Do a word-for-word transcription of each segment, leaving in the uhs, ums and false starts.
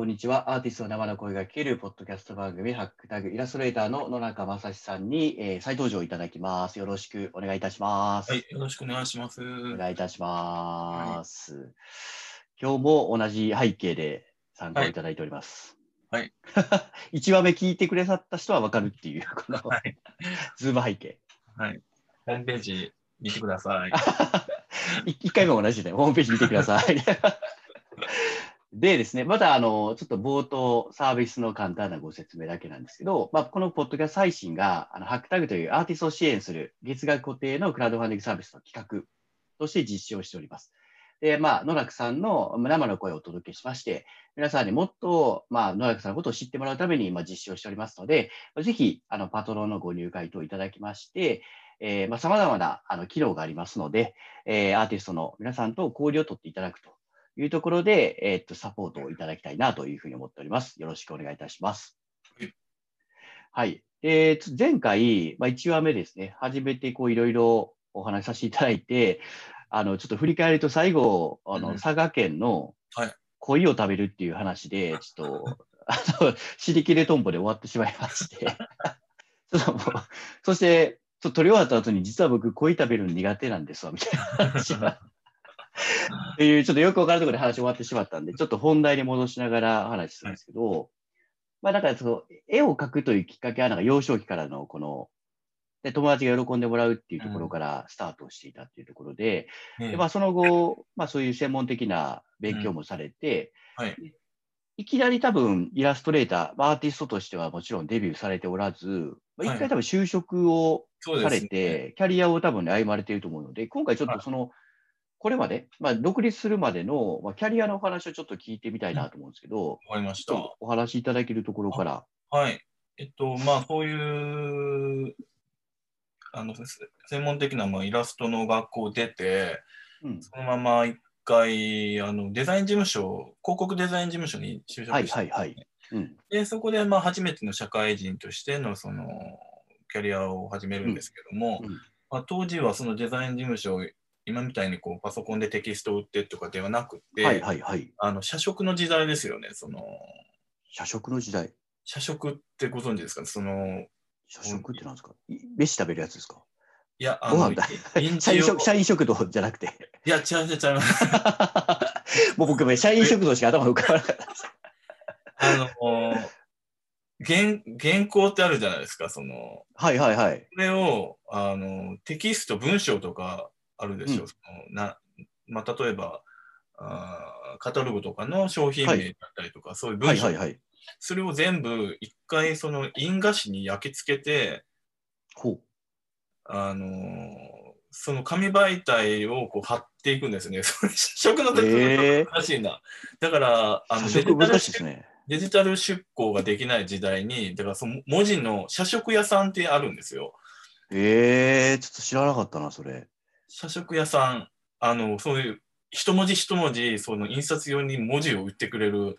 こんにちは。アーティストの生の声が聞けるポッドキャスト番組、ハックタグイラストレーターの野中正史さんに、えー再登場いただきます。よろしくお願いいたしまはい、 す。 よろしくお願いします。 おは願いいたしまい、 す。今日も同じ背景で参加はい、 をいただいております。 はい、 いちわめ聞いてくださった人はわかるっていう、このはい、 ズーム背景。 はい。ホームページ見てください。 いっかいめも同じで、ホームページ見てください。でですね、まだあの、ちょっと冒頭、サービスの簡単なご説明だけなんですけど、まあ、このポッドキャスト配信が、あの、ハックタグというアーティストを支援する月額固定のクラウドファンディングサービスの企画として実施をしております。で、まあ、野中さんの生の声をお届けしまして、皆さんにもっと、まあ、野中さんのことを知ってもらうために、まあ、実施をしておりますので、ぜひ、あの、パトロンのご入会等いただきまして、えー、まあ、様々な、あの、機能がありますので、えー、アーティストの皆さんと交流を取っていただくというところで、えー、っと、サポートをいただきたいなというふうに思っております。よろしくお願いいたします。はい。で、前回、まあ、いちわめですね、初めてこういろいろお話しさせていただいて、あの、ちょっと振り返ると最後、あの、 うん、 佐賀県のはい、 鯉を食べるっていう話で、ちょっと、あの、尻切れトンボで終わってしまいまして、ちょっともう、そして、ちょっと取り終わった後に、実は僕、鯉食べるの苦手なんですわ、みたいな話がっていう、ちょっとよくわからないところで話終わってしまったんで、ちょっと本題に戻しながら話するんはい、 ですけど、まあ、だからその、絵を描くというきっかけは、なんか幼少期からのこの、で、友達が喜んでもらうっていうところうん、 からスタートしていたっていうところで、で、まええ、 あ、その後、まあ、そういう専門的なうん、 勉強もされて、 はい、 いきなり多分イラストレーター、まあアーティストとしてはもちろんデビューされておらず、まあ、一はい、 回多分就職をされそうですね。 て、キャリアを多分ね、歩まれていると思うので、今回ちょっはい、 とその、これまで、まあ、独立するまでの、まあ、キャリアのお話をちょっと聞いてみたいうん、 なと思うんですけど、 わかりました。 ちょっとお話しいただけるところかあ、 ら。 はい。えっと、まあ、そういう、あの、せ専門的な、まあ、イラストの学校を出て、 うん。 そのまま一回、あの、デザイン事務所、広告デザイン事務所に就はい職して、 はいはい。うん。 で、そこで、まあ、初めての社会人としての、その、キャリアを始めるうん。 んですけども、 うん。 まあ、当時はそのデザイン事務所、今みたいにこうパソコンでテキストを打ってとかではなくはいて、 はいはい。 あの、社食の時代ですよね。その、 社食の時代。 社食ってご存知ですか？その、 社こう食ってなんですか？い飯食べるやつですか？ いや、あの、 ご飯だ。 い臨社員食、社時を、 員食堂じゃなくて。 いや、違う違う違います。 もう僕も社員え食堂しか頭浮かばなかったです。 あの、原、原稿ってあるじゃないですか。その、 はいはいはい。 それを、あの、テキスト、文章とかあるでしょ。 うん。 そのな、まあ、例えば、あーカタログとかの商品はい。 名だったりとか、そういう文章、 はいはいはい。 それを全部一回その印画紙に焼き付けて、 ほう。 あのーその紙媒体をこう貼っていくんですね。それ社食の説明ちょっええと難しいな。だから、あー、社のデ食難ジタル出、 しいですね。 デジタル出稿ができない時代に、だからその文字の社食屋さんってあるんですよ。 ええー、ちょっと知らなかったな、それ。 社食屋さん、あの、そういう一文字一文字、その印刷用に文字を売ってくれる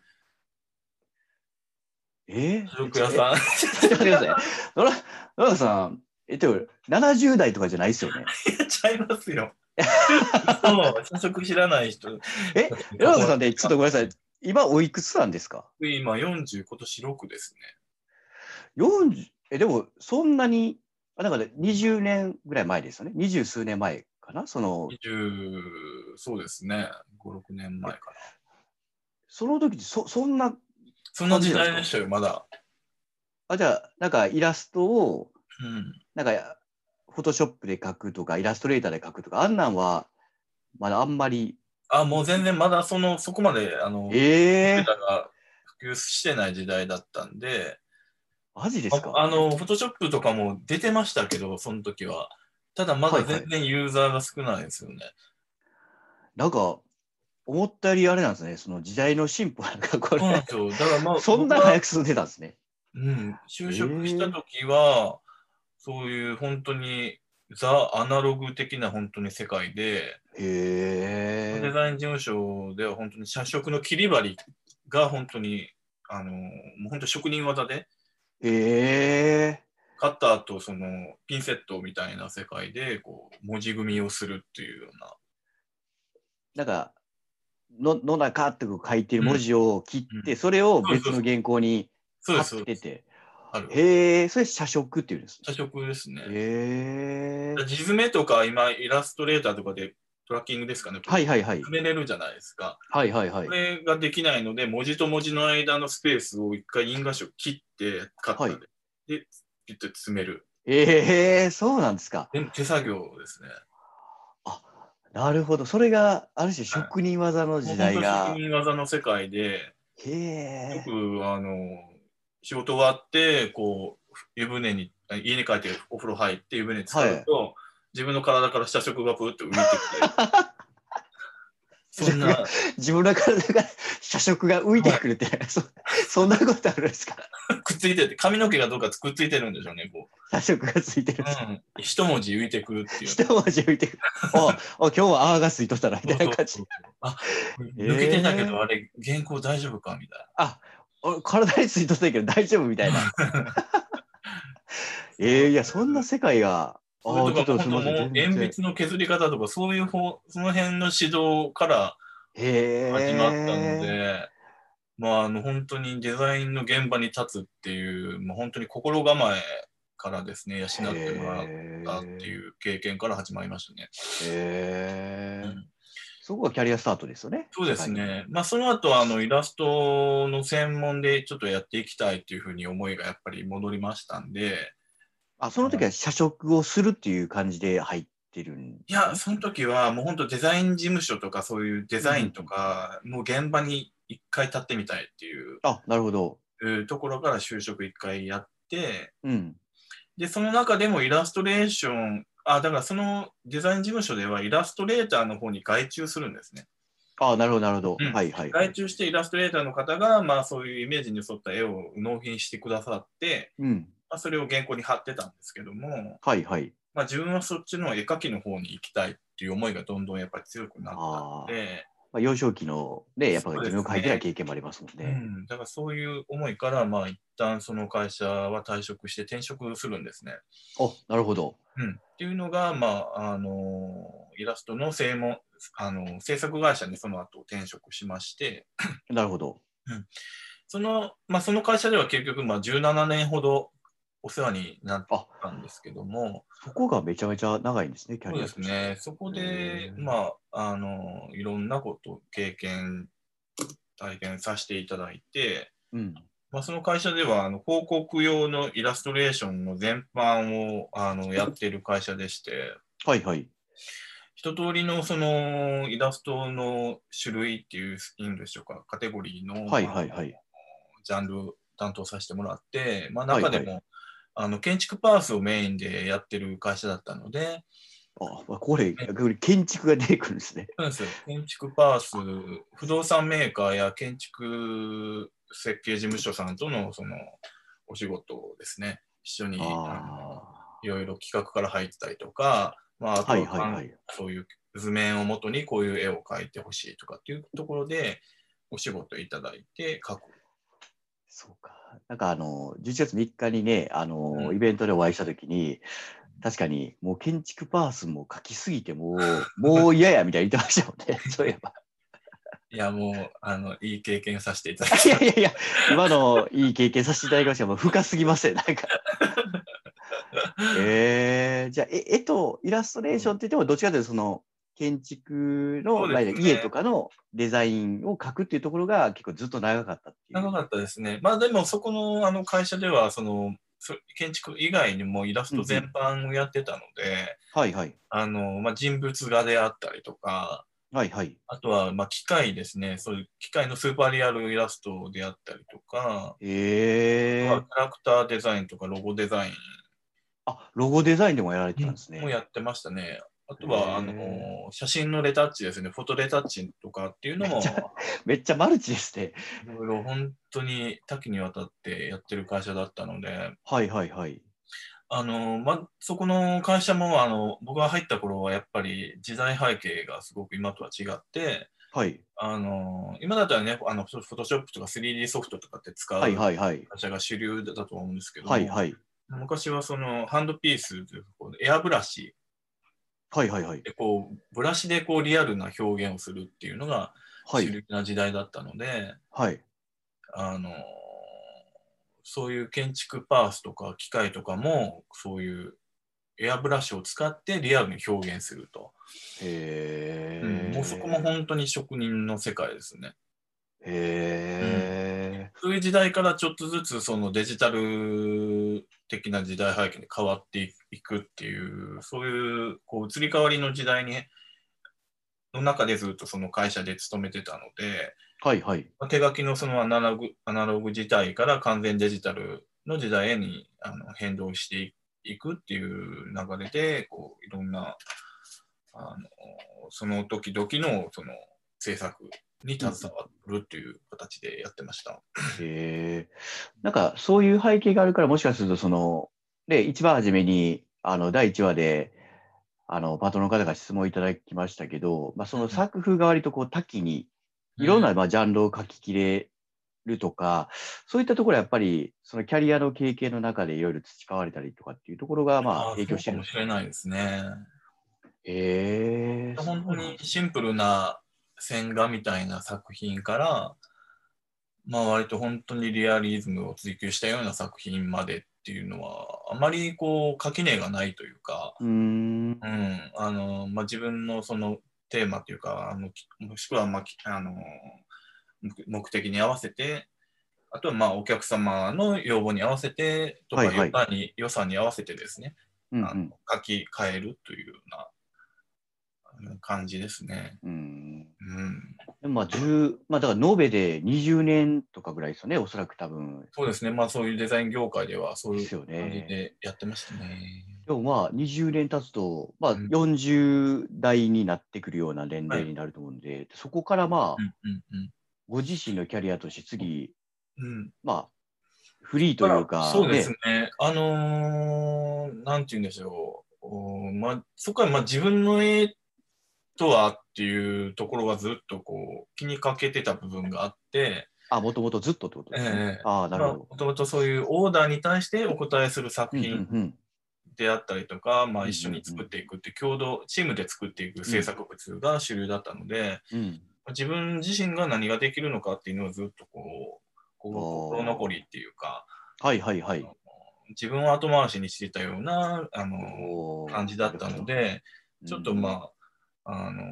え社ー、え、ちょ、え、 食屋さん。 ちょっと待ってください。野良野良さん、えっと、ななじゅう代とかじゃないですよね。 やっちゃいますよ。そう、社食知らない人え、 たちに囲まれ野良さんで、ちょっとごめんなさい。 てる今、おいくつなんですか？ 今よんじゅう、今年ろくですね。 よんじゅう、え、でも、そんなに、あ、なんかね、にじゅうねんぐらい前ですよね。にじゅう数年前かな。その、 にじゅう、そうですね。ご、ろくねんまええ、 かな。 その時ってそ、そんなそんな時感じなんですか？ 代でしたよ、まだ。 あ、じゃあ、なんかイラストを、 うん。 なんか、フォトショップで描くとか、イラストレーターで描くとか、あんなんは、まだあんまり、 あ、もう全然まだその、そこまで、あの、コンピューええー、 ターが普及してない時代だったんで、 マジですあ、 か？ あの、フォトショップとかも出てましたけど、その時は。ただまだ全はいはい。 然ユーザーが少ないですよね。 なんか、思ったよりあれなんですね。その時代の進歩なんか、これそうなんですよ。だからまあ、 そんな僕が、 早く進んでたんですね。 うん、就職したええ時は、そういう本当にザ・アナログ的な本当に世界で、 ー、へえ。 デザイン事務所では本当に社食の切り張りが本当に、あの、もう本当職人技で、 へえ。 カッターとそのピンセットみたいな世界で、こう、文字組みをするっていうような。 なんか、 のの中ってこう書いてる文字を切って、うん、それを別の原稿に貼ってて、へえ、それ写植っていうんですね。 写植ですね。 へえ。 地図メとか今イラストレーターとかでトラッキングですかね。 はいはいはい。 埋めれるじゃないですか。 はいはいはい。 これができないので、文字と文字の間のスペースを一回因果紙を切ってカッターで、はい、でピッと詰める。 ええー、そうなんですか。 手作業ですね。 あ、なるほど。それがある種職人技の時代が。 はい、職人技の世界で、 へえ。 よくあの仕事終わってこう湯船に家に帰ってお風呂入って湯船に浸かると、はい、自分の体から下色がプーッと浮いてきて。そんな自分の体から写色が浮いてくるって、はい、そ, そんなことあるんですか？ くっついてて、髪の毛がどうかくっついてるんでしょうね、こう。 写色がついてるんです、 うん。一文字浮いてくるっていう。 一文字浮いてくる。ああ、今日はあーがついとったな、みたいな感じ。そうそうそう、 あ、抜けてたけど、あれ、原稿大丈夫かみたいな。 あ、体についとったけど大丈夫みたいな。えー、いや、そんな世界が。 それとか、本当もう鉛筆の削り方とか、そういう方、その辺の指導から始まったので、まあ、あの本当にデザインの現場に立つっていう、まあ、本当に心構えからですね、養ってもらったっていう経験から始まりましたね。 へー、うん、そこがキャリアスタートですよね。 そうですね。まあ、その後あのイラストの専門でちょっとやっていきたいっていうふうに思いがやっぱり戻りましたんで。 あ、その時は社食をするっていう感じで入ってるんですか、ね、 いや、その時はもう本当デザイン事務所とかそういうデザインとか、うん、もう現場に一回立ってみたいっていう。 あ、なるほど。 ところから就職一回やって、 うん、で、 その中でもイラストレーション、あ、だからそのデザイン事務所ではイラストレーターの方に外注するんですね。 あ、なるほど、なるほど。 うん、 はいはい、はい。 外注してイラストレーターの方が、まあそういうイメージに沿った絵を納品してくださって、 うん、まあ、それを原稿に貼ってたんですけども、 はいはい。 まあ自分はそっちの絵描きの方に行きたいっていう思いがどんどんやっぱり強くなったので、 まあ、幼少期のね、やっぱり自分を描いてた経験もありますもんね。 うん、だからそういう思いから、まあ一旦その会社は退職して転職するんですね。 あ、なるほど。 うん、っていうのが、まあ、あのイラストの専門あの制作会社にその後転職しまして、 なるほど。 うん、その、まあ、その会社では結局、まあ、じゅうななねんほどお世話になったんですけども、 そこがめちゃめちゃ長いんですね、キャリアとして。 そうですね、そこで、まあ、あのいろんなこと経験、体験させていただいて、うん、まあ、その会社ではあの広告用のイラストレーションの全般をあのやっている会社でして、 はいはい。 一通りのそのイラストの種類っていうんでしょうか、カテゴリーの、 はいはいはい、 ジャンル担当させてもらって、まあ、中でも、はいはい、あの建築パースをメインでやってる会社だったので、 あ、これ、建築が出てくるんですね。 そうですよ。建築パース、不動産メーカーや建築設計事務所さんとのそのお仕事ですね。一緒にあのいろいろ企画から入ったりとか、まあ、あとは、はいはいはい、そういう図面をもとにこういう絵を描いてほしいとかっていうところでお仕事いただいて描く。 そうか。なんかあの、じゅういちがつみっかにね、あの、うん、イベントでお会いしたときに、確かにもう建築パースも書きすぎてもう、もう嫌やみたいに言ってましたもんね、そういえば。 いや、もう、あの、いい経験させていただきました。いやいやいや、今のいい経験させていただきました。もう深すぎません、なんか。えー、じゃあ、絵とイラストレーションって言っても、どっちかというと、その、建築の、ね、家とかのデザインを描くっていうところが結構ずっと長かったっていう。 長かったですね。まあでもそこのあの会社ではその建築以外にもイラスト全般をやってたので、うんうん、 はいはい。 あのまあ、人物画であったりとか、 はいはい。 あとはまあ機械ですね、そういう機械のスーパーリアルイラストであったりとか、 えー、 あとはキャラクターデザインとかロゴデザイン。 あ、ロゴデザインでもやられてたんですね。 もうやってましたね。あとは、あの、写真のレタッチですね、フォトレタッチとかっていうのも、 めっちゃ、めっちゃマルチですね。 いろいろ本当に多岐にわたってやってる会社だったので、 はいはいはい。 あの、ま、そこの会社も、あの、僕が入った頃はやっぱり時代背景がすごく今とは違って、 はい。 あの、今だったらね、あの、フォトショップとか スリーディー ソフトとかって使う会社が主流だと思うんですけども、 はいはい、 昔はそのハンドピースというエアブラシ、 はいはいはい。 でこうブラシでこうリアルな表現をするっていうのが主流な時代だったので、 はい。 あのそういう建築パーツとか機械とかもそういうエアブラシを使ってリアルに表現すると。うん、もうそこもへ本当に職人の世界ですね。うん、 え。へえ。 そういう時代からちょっとずつそのデジタル的な時代背景に変わっていくっていう、そういうこう移り変わりの時代にの中でずっとその会社で勤めてたので、 はいはい。 手書きのそのアナログ、アナログ自体から完全デジタルの時代にあの変動していくっていう流れで、こういろんなあのその時々のその制作に携わるっていう形でやってました。 へえ。なんか、そういう背景があるから、もしかすると、その、で、一番初めに、あの、だいいちわで、あの、パートの方が質問いただきましたけど、まあ、その作風が割とこう多岐に、いろんな、まあ、ジャンルを書ききれるとか、そういったところはやっぱり、そのキャリアの経験の中でいろいろ培われたりとかっていうところが、まあ、 ああ、 影響そうかしてるんですかね。 もしれないですね。 へえ、そ本当にうなんですね。 シンプルな線画みたいな作品から、まあ割と本当にリアリズムを追求したような作品までっていうのは、あまりこう垣根がないというか、 うーん。 うん、あの、まあ、自分のそのテーマというか、あのもしくは、まあ、あの目的に合わせて、あとはまあお客様の要望に合わせてとか予はいはい。 算に予算に合わせてですね、あのうん書き換えるというような感じですね。 うん。うーん。 うん、 でもまあ、じゅう、まあ、だから延べでにじゅうねんとかぐらいですよね、おそらく多分。 そうですね、まあそういうデザイン業界ではそういうですよ感じね。 でやってましたね。 でもまあ、にじゅうねん経つと、まあ、 うん、 よんじゅう代になってくるような年はい。 齢になると思うんで、そこからまあ、 うんうんうん。 ご自身のキャリアとして次、 うん、 まあ、フリーというだから、そうですかね、 ね。あのーなんて言うんでしょう。おまあ、そこは、まあ、自分の絵とはっていうところはずっとこう気にかけてた部分があって、 あ、もともとずっとってことえですね。 えああ、なるまあ、 ほど。 もともとそういうオーダーに対してお答えする作うん、う品ん、うん。 であったりとか、まあ、 うん、 一緒にうん、 作っていくって共同、チームで作っていくうん。うん、 制作物が主流だったので、 うん。 自分自身が何ができるのかっていうのをずっとこう、こう心残りっおていうか、 ー。はい、はい、はい。 あの自分を後回しにしてたようなあの感じおー、 だったなるほど。 ので、 うちょっとまん。 あ、あの、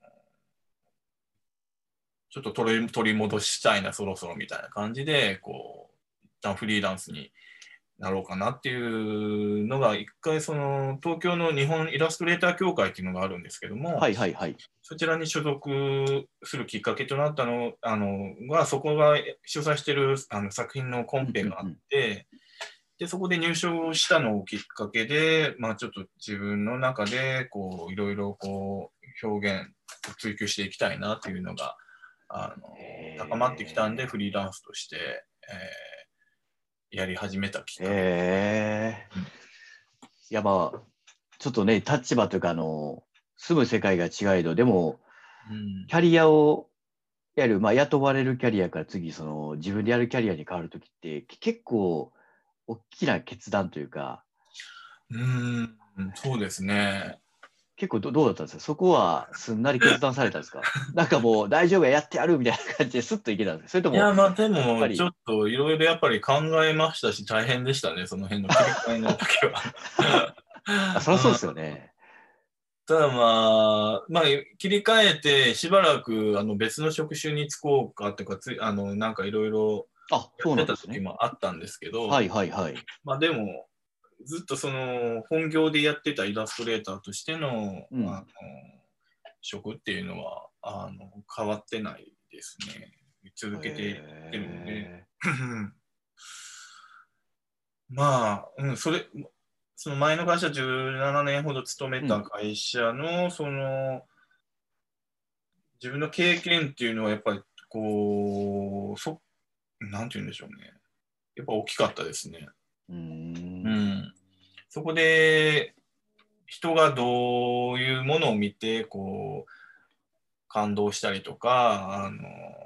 ちょっと取り取り戻したいな、そろそろみたいな感じで、こう、一旦フリーランスになろうかなっていうのが、一回その東京の日本イラストレーター協会っていうのがあるんですけども、 はい、はい、はい。 そちらに所属するきっかけとなったのあのが、そこが主催しているあの作品のコうん、うん、 ンペがあっうん。 て、で、そこで入賞したのをきっかけで、まあちょっと自分の中で、こう、いろいろこう、表現を追求していきたいなっていうのが、あの、高まってきたんで、 へフリーランスとして、えーやり始めたきっえ。 かけですね。 へえ。 うん、 いや、まあ、ちょっとね、立場というか、あの、住む世界が違いど、でも、 うん、 キャリアをやる、まあ、雇われるキャリアから次、その、自分でやるキャリアに変わるときって、け結構、大きな決断というか、 うーん、そうですね。 結構ど、どうだったんですか？そこはすんなり決断されたんですか？なんかもう大丈夫や、やってやるみたいな感じですっといけたんですか？それとも、 いや、まあでも、ちょやっぱり、 っといろいろやっぱり考えましたし、大変でしたね、その辺の切り替えの時は。 あ、そりゃそうですよね。 ただまあ、まあ、切り替えて、しばらくあの別の職種に就こうかとかつ、あの、なんかいろいろあ、 やってたそうなんですね。 時もあったんですけど、 はいはいはい。 まあでも、ずっとその本業でやってたイラストレーターとしての、あのうん。 職っていうのはあの変わってないですね。続けていってるので。 へまあ、うん、それ、その前の会社じゅうななねんほど勤めえ。うん。 た会社の、その、自分の経験っていうのはやっぱり、こう、そ、なんて言うんでしょうね。やっぱ大きかったですね。 うーん。 うん。そこで、人がどういうものを見て、こう、感動したりとか、あの、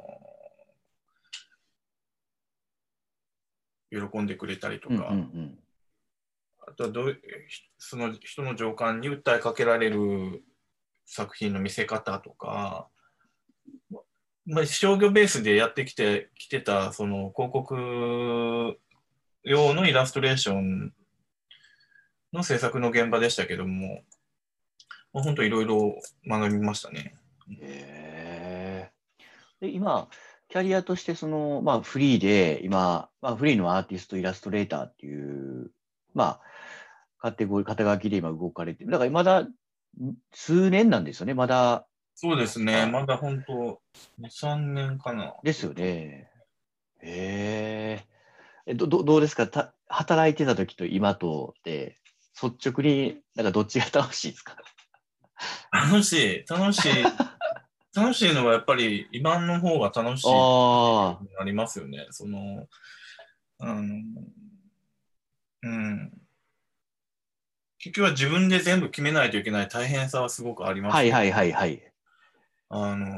喜んでくれたりとうんうんうか、 ん。 あとはどうその人の情感に訴えかけられる作品の見せ方とか、 まあ、商業ベースでやってきて、きてた、その広告用のイラストレーションの制作の現場でしたけども、まあ、本当いろいろ学びましたね。 へえ。で、今、キャリアとして、その、まあ、フリーで、今、まあ、フリーのアーティスト、イラストレーターっていう、まあ、カテゴリー、肩書きで今動かれてる。だから、まだ、数年なんですよね。まだ、 そうですね。 確か。 まだ本当、に、さんねんかな。 ですよね。へえ。え、ど、ど、どうですかた、働いてた時と今とで、率直になんかどっちが楽しいですか？ 楽しい、楽しい、楽しいのはやっぱり今の方が楽しいっていうああふうになりますよね。その、あの、うん。結局は自分で全部決めないといけない大変さはすごくありー、 ますけど、 はいはいはいはい。 あの、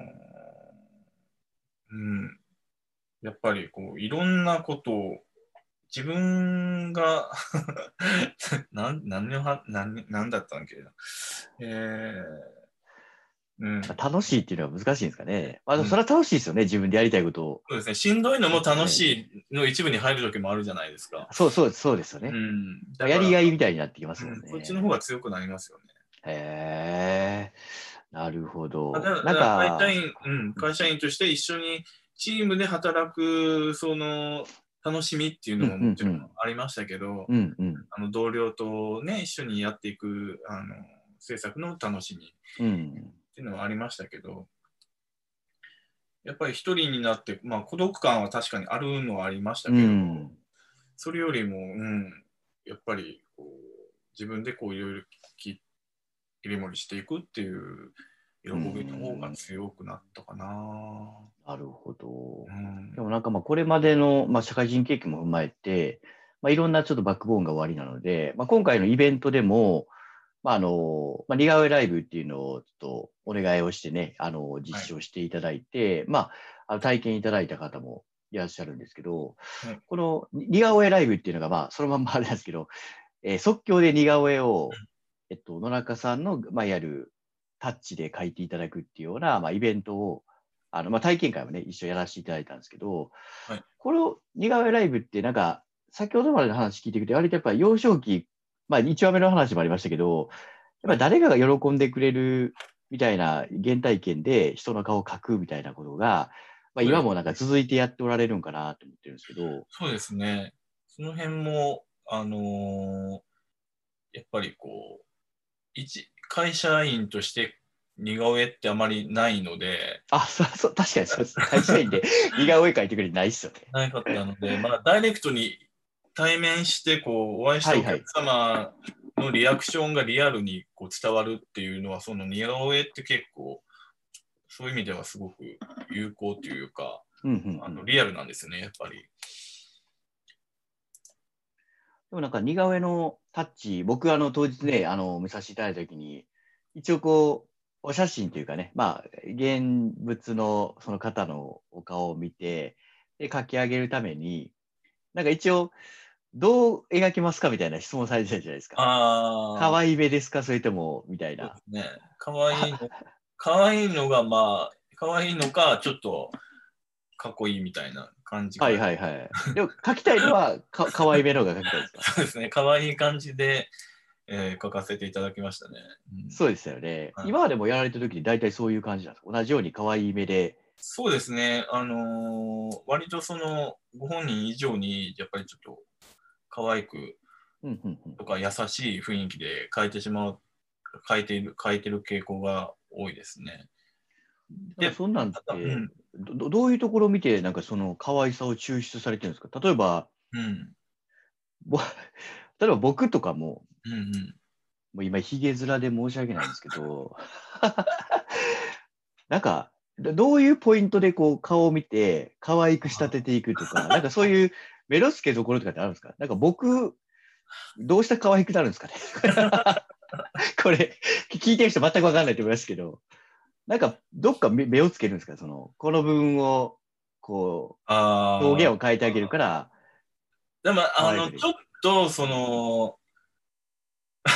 うん。やっぱりこう、いろんなことを自分がなん、なんのは、なん、なんだったんけな。えー、うん。 楽しいっていうのは難しいんですかね。まあ、そうん、 れは楽しいですよね。自分でやりたいことを。 そうですね。しんどいのも楽ね、 しいの一部に入る時もあるじゃないですか。 そうそう、そうですようね。 ん。 まあ、 だから、 やりがいみたいになってきますもんうん、そっちの方ね。 が強くなりますよね。 へえ、なるほあだど。なんだ会社か、そっ員、 か。 うん、 うん会社員として一緒にチームで働く、その、楽しみっていうのうんももちろんうんありましたけど、 うんうんあの同僚とね、一緒にやっていくあの制作の楽しみっうんていうのはありましたけど、やっぱり一人になって、まあ、孤独感は確かにあるのはありましうたけど、 んそれよりも、うん、やっぱりこう自分でこういろいろ切り盛りしていくっていう喜うびの方がん。 強くなったかな。 なるほど。 うん、 でもなんかまあこれまでの、まあ、社会人経験も踏まえて、まあ、いろんなちょっとバックボーンがおありなので、まあ、今回のイベントでも、まああのまあ、似顔絵ライブっていうのをちょっとお願いをしてね、あの実はい、 施をしていただいて、まあ、あの体験いただいた方もいらっしゃるんですけど、 はい、 この似顔絵ライブっていうのが、まあ、そのまんまあれなんですけど、えー即興で似顔絵を、えっと、野中さんの、まあ、いわゆるタッチで描いていただくっていうような、まあ、イベントを、あの、まあ、体験会もね、一緒やらせていただいたんですけど、 はい。 この似顔絵ライブってなんか、先ほどまでの話聞いてくれて、割とやっぱり幼少期、まあ、いちわめの話もありましたけど、やっぱはい、 誰かが喜んでくれるみたいな原体験で人の顔を描くみたいなことが、まあ、 そうです。 今もなんか続いてやっておられるんかなと思ってるんですけど、 そうですね。その辺も、あのーやっぱりこう、一会社員として似顔絵ってあまりないので、 あ、そうそう、確かにそうですね。会社員で似顔絵描いてくれてないっすよね。 なかったので、まあ、ダイレクトに対面してこうお会いしたお客はいはい。 様のリアクションがリアルにこう伝わるっていうのは、その似顔絵って結構、そういう意味ではすごく有効というか、 うんうんうん。 あのリアルなんですよね、やっぱり。 でもなんか似顔絵のタッチ、僕あの当日ね、あの見させていただいたときに、一応こう、お写真というかね、まあ、現物のその方のお顔を見て、で、描き上げるために、なんか一応、どう描きますかみたいな質問されてたじゃないですか。可ああ、 愛い目ですかそれとも、みたいな。 そうですね。可愛いの、可愛いのがまあ、可愛いのか、ちょっとかっこいいみたいな感じはいか。 はいはい。でも描きたいのはか、可愛い目の方が描きたいですか？ そうですね。可愛い感じで、えー書かせていただきましたね。うん、 そうですよね。 はい、 今までもやられた時に大体そういう感じなんですか？同じように可愛い目で。 そうですね。あのー割とその、ご本人以上に、やっぱりちょっと、可愛くうんうんうん。 とか優しい雰囲気で書いてしまう、書いている、書いてる傾向が多いですね。で、 なんかそんなんっただ、うて、 ん、 ど、どういうところを見て、なんかその可愛さを抽出されてるんですか？例えば、 うん、 ぼ例えば僕とかも、 うん、うん。 もう今、ヒゲ面で申し訳ないんですけど、なんか、どどういうポイントでこう顔を見て、可愛く仕立てていくとか、なんかそういう目の付けどころとかってあるんですか？なんか僕、どうしたら可愛くなるんですかね？これ、聞いてる人全く分かんないと思いますけど、なんか、どっか目目をつけるんですか？その、この部分を、こう、表ああ、 現を変えてあげるから、 でも、あの、 可愛くできる。 ちょっと、その、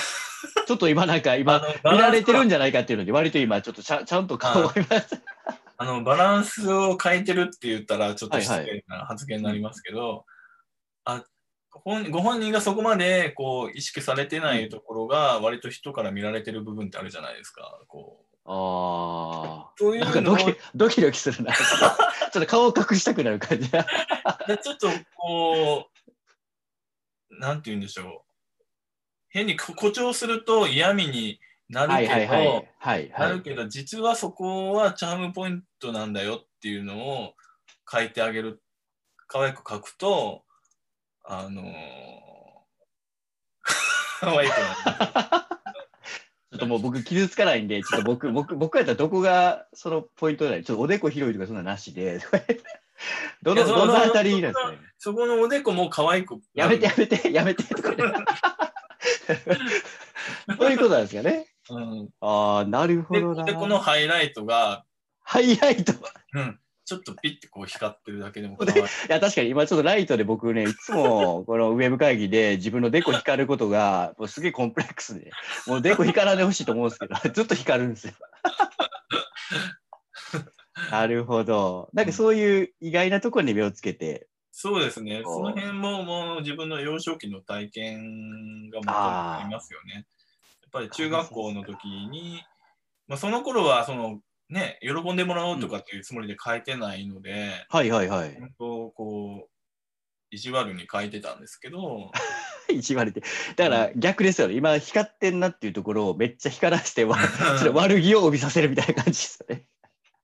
ちょっと今なんか、今、 あの、バ見らランスは、 れてるんじゃないかっていうので、割と今、ちょっとちゃちゃんと顔をあ見ます。 あのバランスを変えてるって言ったらちょっと失礼な発言になりますけど、 はいはい、 あ本ご本人がそこまでこう意識されてないところが割と人から見られてる部分ってあるじゃないですか。こうああ、 そういうのをなんかドキドキドキするな。ちょっと顔を隠したくなる感じ。 でちょっとこう、なんて言うんでしょう。変に誇張すると嫌味になるはいはいはけど、 い。はいはい。 なるけど、実はそこはチャームポイントなんだよっていうのを書いてあげる。可愛く書くと、あのー、可愛くなります。 ちょっともう僕傷つかないんで、ちょっと僕、僕、僕やったらどこがそのポイントなの？ちょっとおでこ広いとかそんななしで、どいや、 の、どその、その、 のあたりなんですかね。 そこのおでこも可愛くやめてなる。 やめて、やめてとかね。そういうことなんですかね。 うん、 ああ、なるほで、 どおでこのな。 ハイライトが、 ハイライト。 うん、ちょっとピッてこう光ってるだけでも可で、 愛い。 いや、確かに今ちょっとライトで僕ね、いつもこのウェブ会議で自分のデコ光ることが、もうすげえコンプレックスで、もうデコ光らんでほしいと思うんですけど、ずっと光るんですよ。なるほど。なんかそういう意外なところに目をつけて、 そうですね。そのこう、 辺ももう自分の幼少期の体験が元になりあますよね。やっぱりあ、 中関学校の節か。 時に、まあ、その頃はそのね、喜んでもらおうん。 うとかっていうつもりで書いてないので、 はいはいはい。 本当こう、意地悪に書いてたんですけど、 意地悪いて。だから逆ですよね。今光ってんなっていうところをめっちゃ光らせて、わちょっと悪気を帯びさせるみたいな感じですよね。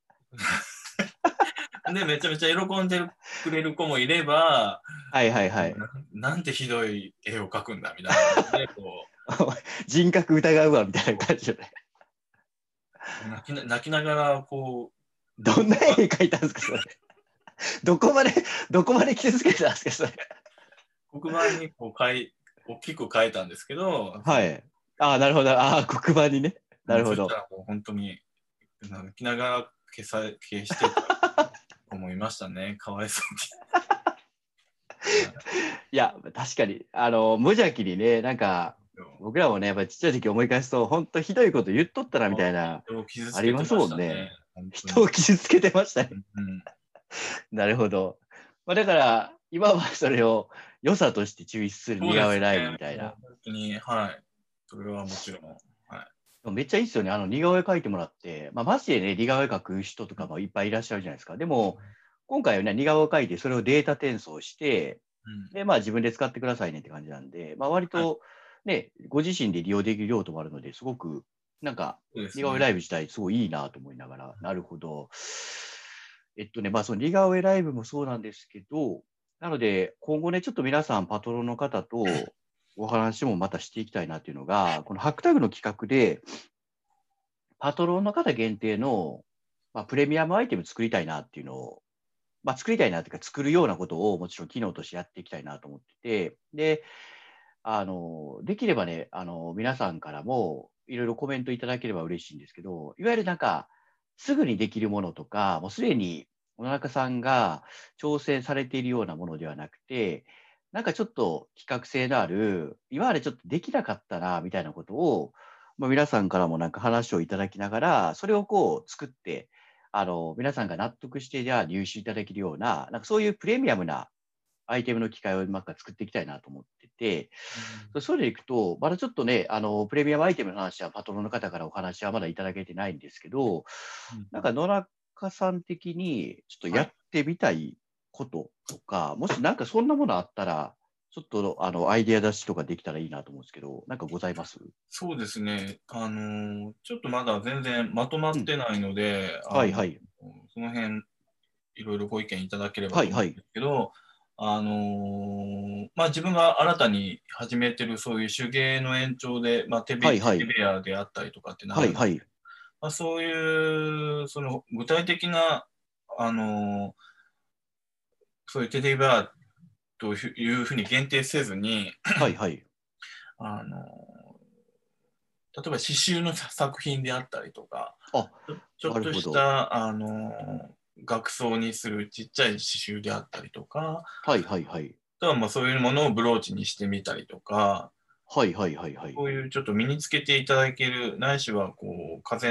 で、めちゃめちゃ喜んでくれる子もいれば、 はいはいはい。 ななんてひどい絵を描くんだみたいな感じで、こ人格疑うわみたいな感じで。 う泣きな泣きながら、こう、 どんな絵描いたんですか、それ。どこまで、どこまで傷つけたんですか、それ。 黒板にこう書い大きく書いたんですけど、そのはい。ああ、なるほど。ああ、黒板にね。なうん、 るほど。 そしたらもう本当に泣きながら消さ消してた子もいましたね。かわいそうに。 いや、確かに、あの、無邪気にね、なんか、僕らもね、やっぱりちっちゃい時思い返すと、本当ひどいこと言っとったなみたいな、 人を傷つありますけてまもんね。 したね。本当に。 人を傷つけてましたね。 うん、 なるほど。まあ、だから、今はそれを良さとして抽出するそうです似顔絵ライブね。 みたいな。 もう本当に、はい。それはもちろん。はい。 でもめっちゃいいですよね。あの似顔絵描いてもらって、まあ、マジでね、似顔絵描く人とかもいっぱいいらっしゃるじゃないですか。でも、今回はね、似顔絵描いて、それをデータ転送して、 うん、 で、まあ自分で使ってくださいねって感じなんで、まあ割はい。 とね、ご自身で利用できる用途もあるので、すごく、なんか、 そうですね。 似顔絵ライブ自体すごいいいなと思いながら、なるほど。えっとね、まあその似顔絵ライブもそうなんですけど、なので、今後ね、ちょっと皆さんパトロンの方とお話もまたしていきたいなっていうのが、このハックタグの企画で、パトロンの方限定の、まあ、プレミアムアイテム作りたいなっていうのを、まあ、作りたいなっていうか、作るようなことをもちろん機能としてやっていきたいなと思ってて、で、あの、できればね、あの、皆さんからもいろいろコメントいただければ嬉しいんですけど、いわゆるなんか、すぐにできるものとか、もうすでに野中さんが挑戦されているようなものではなくて、なんかちょっと企画性のある、いわゆるちょっとできなかったな、みたいなことを、まあ、皆さんからもなんか話をいただきながら、それをこう作って、あの、皆さんが納得して、じゃあ入手いただけるような、なんかそういうプレミアムなアイテムの機会をなんか作っていきたいなと思ってて、 うん、 そそれでいくと、まだちょっとね、あの、プレミアムアイテムの話はパトロンの方からお話はまだいただけてないんですけど、 うん、 なんか野中さん的にちょっとやっはい。 てみたいこととか、もしなんかそんなものあったら、ちょっとあのアイデア出しとかできたらいいなと思うんですけど、なんかございます？ そうですね。あのーちょっとまだ全然まとまうん。 ってないので、あの、 はいはい。 その辺、いろいろご意見いただければはいはい。 と思うんですけど、あのーまあ、自分が新たに始めてるそういう手芸の延長で、まあ、テベ、テはいはい。 ベアであったりとかってなるんで、 はいはい。 まあ、そういう、その具体的な、あのーそういうテディベアというふうに限定せずに、 はいはい。 あの例えば刺繍の作品であったりとか、 あ、 ちょっとしなるほど。 た、あの額装にするちっちゃい刺繍であったりとか、 はいはいはい。 あとはまあそういうものをブローチにしてみたりとか、 はいはいはいはい。 こういうちょっと身につけていただける、ないしはこう飾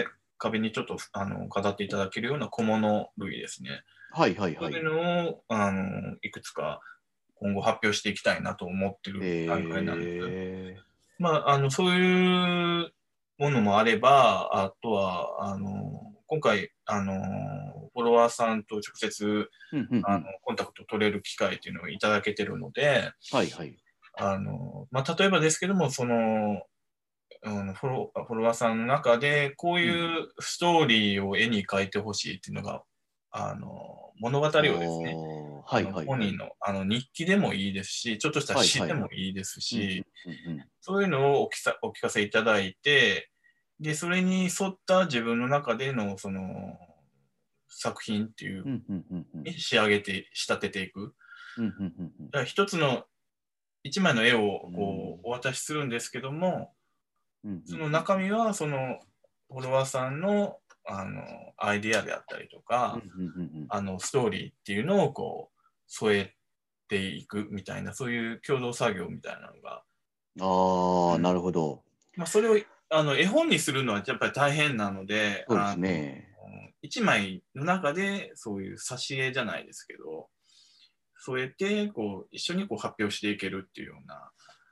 壁にちょっとあの飾っていただけるような小物類ですね。 はいはいはい。 そういうのをあのいくつか今後発表していきたいなと思ってる段階なんです。 えまあ、あのそういうものもあれば、あとはあの今回あのフォロワーさんと直接ー、うんうんうあのん。 コンタクト取れる機会っていうのをいただけてるので、 はいはい。 あのまあ、例えばですけども、そのあのフォロフォロワーさんの中で、こううん。 いうストーリーを絵に描いてほしいっていうのが、あの物語をですね、 おー、はいあのはいはい。 本人のあの日記でもいいですし、ちょっとした詩ではいはい。 もいいですうんし、 うんうんそういうのをお聞さお聞かせいただいて、で、それに沿った自分の中でのその作品っていう、 うんうんうんうん仕上げて、仕立てていく。 うんうんうんだから一つの、一枚の絵をうんこうお渡しするんですけども、 うんうんその中身はそのフォロワーさんの、あのアイディアであったりとか、 うんうんうんあのストーリーっていうのをこう添えていくみたいな、そういう共同作業みたいなのが、 うん。ああ、 うん、 なるほど。 まあ、それをあの絵本にするのはやっぱり大変なので、 そうですあのね。 一枚の中でそういう挿絵じゃないですけど、添えてこう一緒にこう発表していけるっていうような、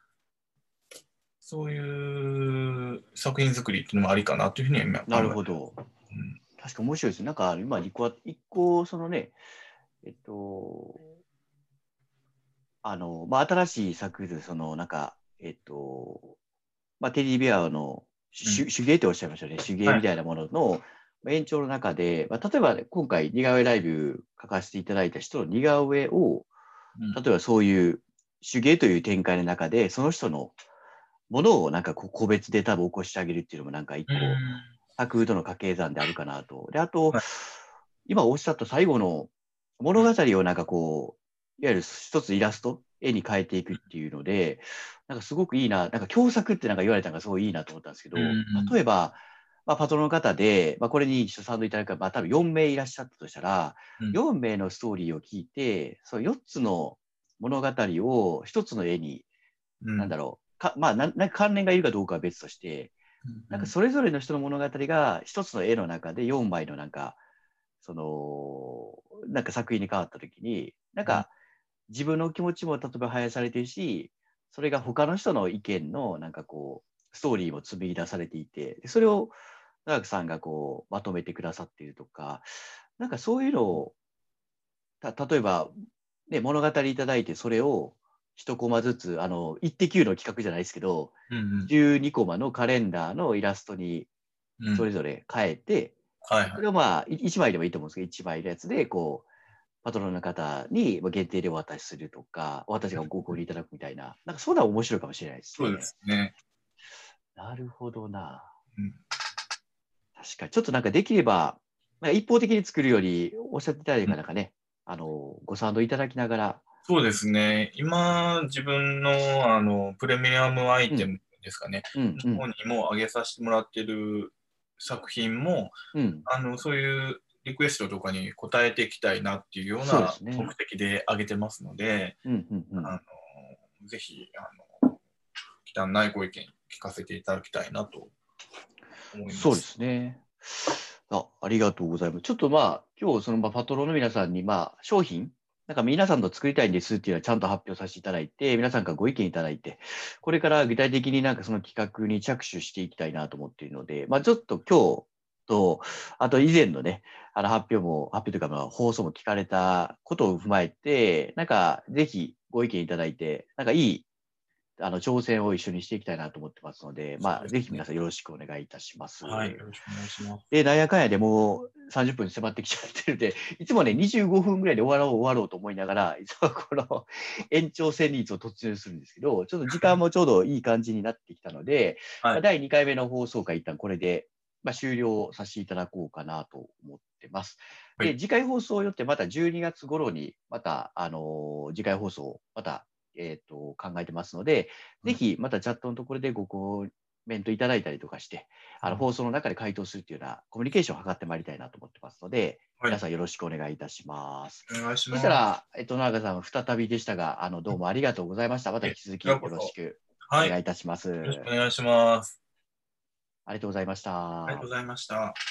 そういう作品作りっていうのもありかなというふうに今考えなてます。 るほど。 うん、 確か面白いですね。なんか今、一個、一個、そのね、えっと、あの、まあ、新しい作品で、その、なんか、えっと、まあ、テディベアのうん、 手手芸っておっしゃいましたね。手芸はい。 みたいなものの延長の中で、まあ、例えば、ね、今回、似顔絵ライブ書かせていただいた人の似顔絵を、 うん、 例えばそういう手芸という展開の中で、その人のものをなんかこう個別で多分起こしてあげるっていうのもなんか一う個、 ん、 作風との掛け算であるかなと。で、あと、 はい。 今おっしゃった最後の物語をなんかこう、いわゆる一つイラスト、絵に変えていくっていうので、なんかすごくいいな、なんか共作ってなんか言われたのがすごいいいなと思ったんですけうん、うど、 ん、 例えば、まあ、パトロンの方で、まあ、これに一緒サンドいただくか、まあ、多分よん名いらっしゃったとしたら、 うん、 よん名のストーリーを聞いて、そのよっつの物語を一つの絵に、 うん、 なんだろう、かまあ、なんなんか関連がいるかどうかは別として、なんかそれぞれの人の物語が一つの絵の中でよんまいのなんか、その、なんか作品に変わったときに、なんうん、 か自分の気持ちも例えば反映されてるし、それが他の人の意見のなんかこう、ストーリーも紡ぎ出されていて、それを長くさんがこう、まとめてくださっているとか、なんかそういうのを、た例えば、ね、物語いただいて、それを一コマずつ、あの、イッテ Q の企画じゃないですけど、 うん、 じゅうにコマのカレンダーのイラストにうん、 それぞれ変えて、 はいはい。 それをまあ、いいちまいでもいいと思うんですけど、いちまいのやつで、こう、パトロンの方に限定でお渡しするとか、私がご購入いただくみたいな、なんかそういうのは面白いかもしれないですそうでね。 すね。 なるほどな。 うん、 確かに、ちょっとなんかできれば、なんか一方的に作るより、おっしゃっていただいうん、 たなんかね、あの、ご賛同いただきながら、 そうですね。今、自分の、あの、プレミアムアイうん、 テムですかね。 うん、うん、 の方にも上げさせてもらってる作品も、 うん、 あの、そういうリクエストとかに応えていきたいなっていうようそうでなすね。 目的で上げてますので、 うん、うん、うん。 あの、ぜひ、あの、忌憚ないご意見聞かせていただきたいなと思いまそうです。 すね。あ、ありがとうございます。ちょっとまあ、今日そのまあパトロンの皆さんに、まあ、商品、なんか皆さんと作りたいんですっていうのはちゃんと発表させていただいて、皆さんからご意見いただいて、これから具体的になんかその企画に着手していきたいなと思っているので、まあちょっと今日と、あと以前のね、あの発表も、発表というかまあ放送も聞かれたことを踏まえて、なんかぜひご意見いただいて、なんかいいあの挑戦を一緒にしていきたいなと思ってますので、まあ、 そうですね。 ぜひ皆さんよろしくお願いいたします。 はい、よろしくお願いします。 で、なんやかんやでもうさんじゅっぷんに迫ってきちゃってるんで、いつもね、にじゅうごふんぐらいで終わろう終わろうと思いながら、いつもこの延長戦にいつも突入するんですけど、ちょっと時間もちょうどいい感じになってきたので、まあ、 はい。 だいにかいめの放送回、一旦これで、まあ、終了させていただこうかなと思ってます。で、 はい。 次回放送をよってまたじゅうにがつ頃に、また、あのー次回放送、また、えっ、と、考えてますので、ぜひ、またチャットのところでごコメントいただいたりとかして、あの放送の中で回答するというようなコミュニケーションを図ってまいりたいなと思ってますので、 はい。 皆さんよろしくお願いいたします。 お願いしそしたます。 ら、えっと、長さん、再びでしたが、あの、どうもありがとうございました。またえ、こ引き続きよちらこそ。 ろしくおはい。よ願いいたします。 ろしくお願いします。 ありがとうございました。 ありがとうございました。